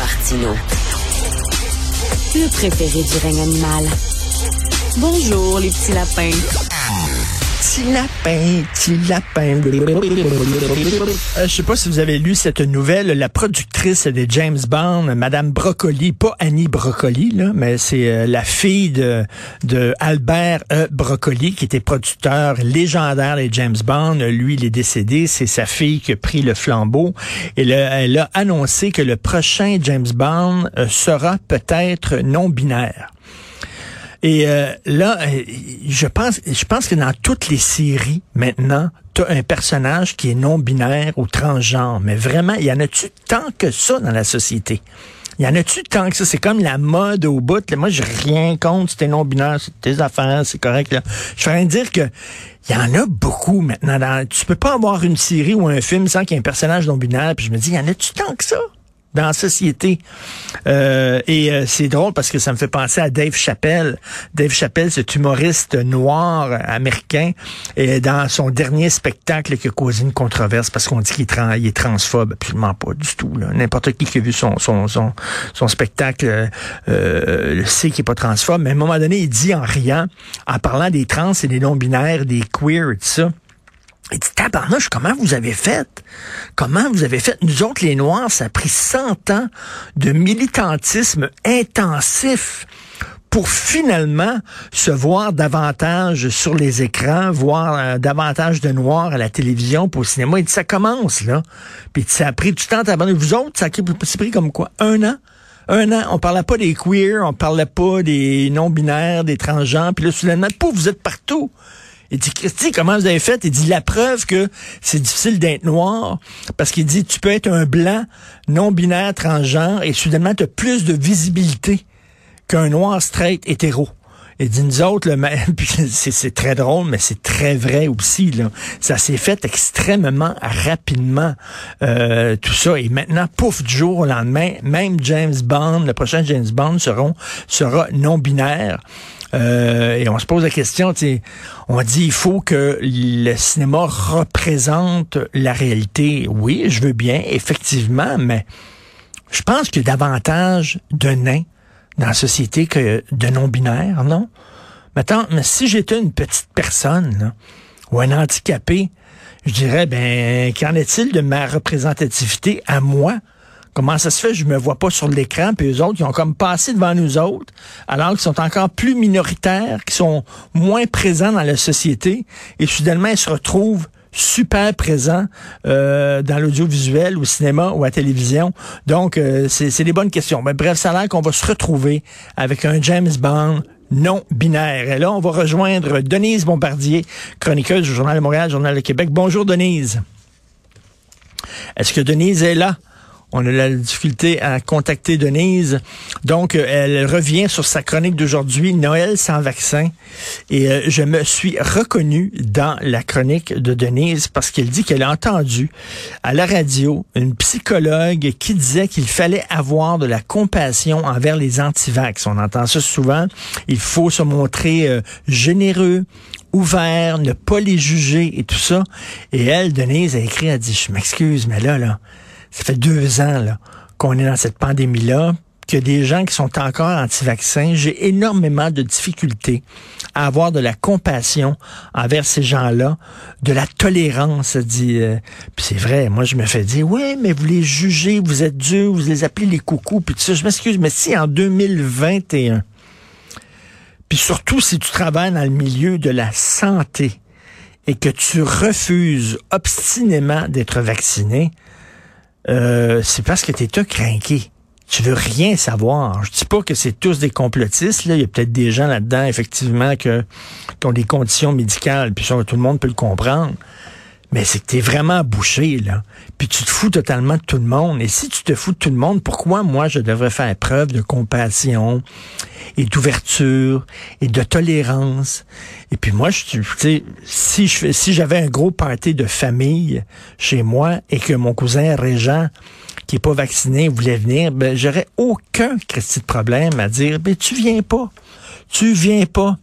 Martineau. Le préféré du règne animal. Bonjour, les petits lapins. Petit lapin. Je sais pas si vous avez lu cette nouvelle, la productrice de James Bond, Madame Broccoli, pas Annie Broccoli, là, mais c'est la fille de Albert Broccoli, qui était producteur légendaire des James Bond. Lui, il est décédé, c'est sa fille qui a pris le flambeau. Et elle a annoncé que le prochain James Bond sera peut-être non-binaire. Et là, je pense que dans toutes les séries, maintenant, t'as un personnage qui est non-binaire ou transgenre. Mais vraiment, y en a-tu tant que ça dans la société? Y en a-tu tant que ça? C'est comme la mode au bout. Là. Moi, j'ai rien contre si t'es non-binaire, c'est tes affaires, c'est correct. Là. Je suis en train de dire que il y en a beaucoup maintenant. Tu peux pas avoir une série ou un film sans qu'il y ait un personnage non-binaire. Puis je me dis, y en a-tu tant que ça? Dans la société. C'est drôle parce que ça me fait penser à Dave Chappelle. Dave Chappelle, cet humoriste noir américain, et dans son dernier spectacle qui a causé une controverse parce qu'on dit qu'il est transphobe. Absolument pas du tout. Là. N'importe qui a vu son spectacle sait qu'il est pas transphobe. Mais à un moment donné, il dit en riant, en parlant des trans et des non-binaires, des queers et tout ça, il dit, tabarnouche, comment vous avez fait? Nous autres, les Noirs, ça a pris 100 ans de militantisme intensif pour finalement se voir davantage sur les écrans, voir davantage de Noirs à la télévision, puis au cinéma. Il dit, ça commence, là. Puis ça a pris du temps. Vous autres, ça a pris comme quoi? 1 an? On parlait pas des queers, on parlait pas des non-binaires, des transgenres, puis là, soudainement, pouf, vous êtes partout. Il dit, Christy, comment vous avez fait? Il dit, la preuve que c'est difficile d'être noir, parce qu'il dit, tu peux être un blanc, non-binaire, transgenre, et soudainement, tu as plus de visibilité qu'un noir straight hétéro. Il dit, nous autres, c'est très drôle, mais c'est très vrai aussi, là. Ça s'est fait extrêmement rapidement, tout ça. Et maintenant, pouf, du jour au lendemain, même James Bond, le prochain James Bond sera non-binaire. Et on se pose la question, on dit il faut que le cinéma représente la réalité. Oui, je veux bien, effectivement, mais je pense qu'il y a davantage de nains dans la société que de non-binaires, non? Mais si j'étais une petite personne, là, ou un handicapé, je dirais, qu'en est-il de ma représentativité à moi? Comment ça se fait? Je me vois pas sur l'écran, puis eux autres, ils ont comme passé devant nous autres, alors qu'ils sont encore plus minoritaires, qui sont moins présents dans la société, et soudainement, ils se retrouvent super présents dans l'audiovisuel, au cinéma ou à la télévision. Donc, c'est des bonnes questions. Mais bref, ça a l'air qu'on va se retrouver avec un James Bond non-binaire. Et là, on va rejoindre Denise Bombardier, chroniqueuse du Journal de Montréal, Journal de Québec. Bonjour, Denise. Est-ce que Denise est là? On a la difficulté à contacter Denise. Donc, elle revient sur sa chronique d'aujourd'hui, Noël sans vaccin. Et je me suis reconnu dans la chronique de Denise parce qu'elle dit qu'elle a entendu à la radio une psychologue qui disait qu'il fallait avoir de la compassion envers les anti-vax. On entend ça souvent. Il faut se montrer généreux, ouvert, ne pas les juger et tout ça. Et elle, Denise, a écrit, elle dit, je m'excuse, mais là, ça fait 2 ans là, qu'on est dans cette pandémie-là, qu'il y a des gens qui sont encore anti-vaccins. J'ai énormément de difficultés à avoir de la compassion envers ces gens-là, de la tolérance, dit. Puis c'est vrai, moi je me fais dire, ouais, mais vous les jugez, vous êtes dur, vous les appelez les coucous, puis tout ça. Je m'excuse, mais si en 2021, puis surtout si tu travailles dans le milieu de la santé et que tu refuses obstinément d'être vacciné, c'est parce que t'es un crinqué. Tu veux rien savoir. Je dis pas que c'est tous des complotistes, là. Il y a peut-être des gens là-dedans, effectivement, qui ont des conditions médicales, puis ça, tout le monde peut le comprendre. Mais c'est que t'es vraiment bouché, là. Puis tu te fous totalement de tout le monde. Et si tu te fous de tout le monde, pourquoi moi je devrais faire preuve de compassion et d'ouverture et de tolérance? Et puis moi, tu sais, si j'avais un gros party de famille chez moi et que mon cousin Régent, qui est pas vacciné, voulait venir, j'aurais aucun Christy de problème à dire, tu viens pas.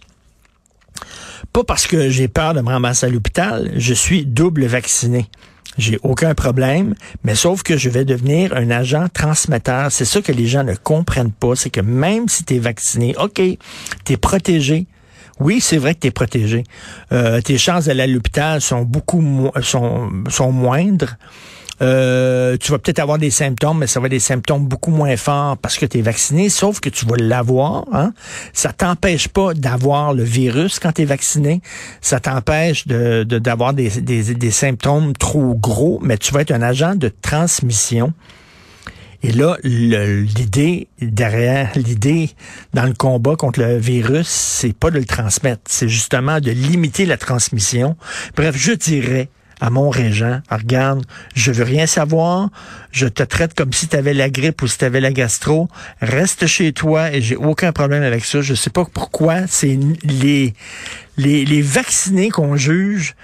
Pas parce que j'ai peur de me ramasser à l'hôpital, je suis double vacciné. J'ai aucun problème, mais sauf que je vais devenir un agent transmetteur. C'est ça que les gens ne comprennent pas, c'est que même si tu es vacciné, OK, tu es protégé. Oui, c'est vrai que tu es protégé. Tes chances d'aller à l'hôpital sont sont moindres. Tu vas peut-être avoir des symptômes, mais ça va être des symptômes beaucoup moins forts parce que tu es vacciné, sauf que tu vas l'avoir. Hein? Ça t'empêche pas d'avoir le virus quand tu es vacciné. Ça t'empêche d'avoir des symptômes trop gros, mais tu vas être un agent de transmission. Et là, l'idée dans le combat contre le virus, c'est pas de le transmettre, c'est justement de limiter la transmission. Bref, je dirais à mon régent, regarde, je veux rien savoir, je te traite comme si tu avais la grippe ou si tu avais la gastro, reste chez toi et j'ai aucun problème avec ça. Je sais pas pourquoi c'est les vaccinés qu'on juge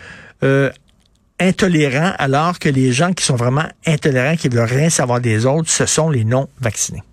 intolérants, alors que les gens qui sont vraiment intolérants, qui veulent rien savoir des autres, ce sont les non-vaccinés.